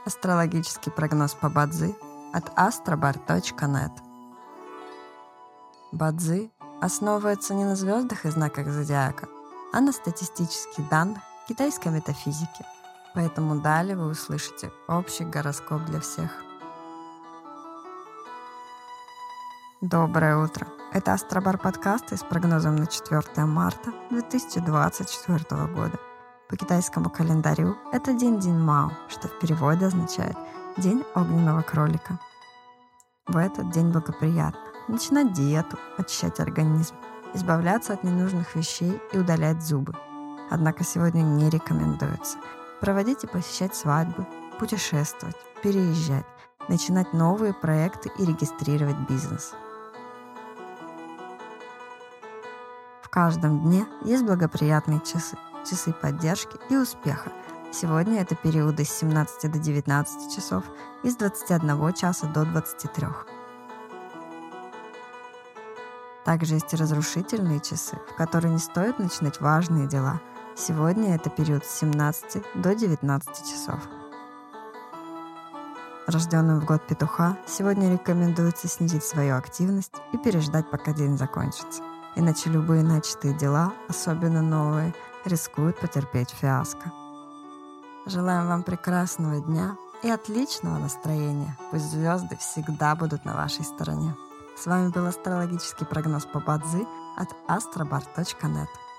Астрологический прогноз по Бадзи от astrobar.net. Бадзи основывается не на звездах и знаках зодиака, а на статистических данных китайской метафизики. Поэтому далее вы услышите общий гороскоп для всех. Доброе утро! Это Астробар подкасты с прогнозом на 4 марта 2024 года. По китайскому календарю это день Диньмао, что в переводе означает «день огненного кролика». В этот день благоприятно начинать диету, очищать организм, избавляться от ненужных вещей и удалять зубы. Однако сегодня не рекомендуется проводить и посещать свадьбы, путешествовать, переезжать, начинать новые проекты и регистрировать бизнес. В каждом дне есть благоприятные часы поддержки и успеха. Сегодня это периоды с 17 до 19 часов и с 21 часа до 23. Также есть и разрушительные часы, в которые не стоит начинать важные дела. Сегодня это период с 17 до 19 часов. Рожденным в год петуха сегодня рекомендуется снизить свою активность и переждать, пока день закончится. Иначе любые начатые дела, особенно новые, рискуют потерпеть фиаско. Желаем вам прекрасного дня и отличного настроения. Пусть звезды всегда будут на вашей стороне. С вами был астрологический прогноз по Бадзи от astrobar.net.